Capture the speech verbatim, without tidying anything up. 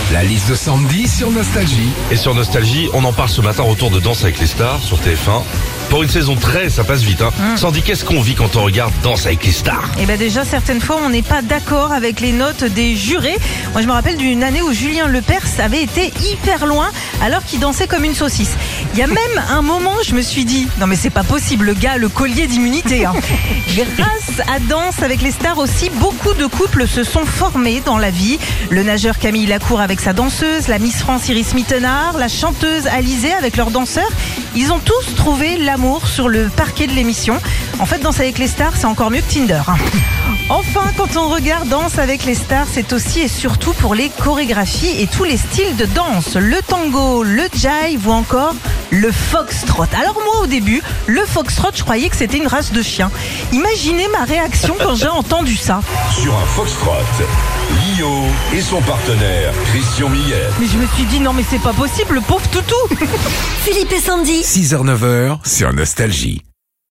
La liste de Sandy sur Nostalgie. Et sur Nostalgie, on en parle ce matin, retour de Danse avec les stars sur T F un. Pour une saison treize, ça passe vite. Hein. Mmh. Sandy, qu'est-ce qu'on vit quand on regarde Danse avec les stars? Eh ben déjà, certaines fois, on n'est pas d'accord avec les notes des jurés. Moi, je me rappelle d'une année où Julien Lepers avait été hyper loin alors qu'il dansait comme une saucisse. Il y a même un moment, je me suis dit, non mais c'est pas possible, le gars, le collier d'immunité. Hein. Grâce à Danse avec les stars aussi, beaucoup de couples se sont formés dans la vie. Le nageur Camille Lacour avec sa danseuse, la Miss France Iris Mittenard, la chanteuse Alizée avec leurs danseurs. Ils ont tous trouvé l'amour sur le parquet de l'émission. En fait, Danse avec les stars, c'est encore mieux que Tinder. Enfin, quand on regarde Danse avec les stars, c'est aussi et surtout pour les chorégraphies et tous les styles de danse. Le tango, le jive ou encore le foxtrot. Alors moi, au début, le foxtrot, je croyais que c'était une race de chien. Imaginez ma réaction quand j'ai entendu ça. Sur un foxtrot, Lio et son partenaire, Christian Millet. Mais je me suis dit, non mais c'est pas possible, le pauvre toutou. Philippe et Sandy. six heures neuf heures sur Nostalgie.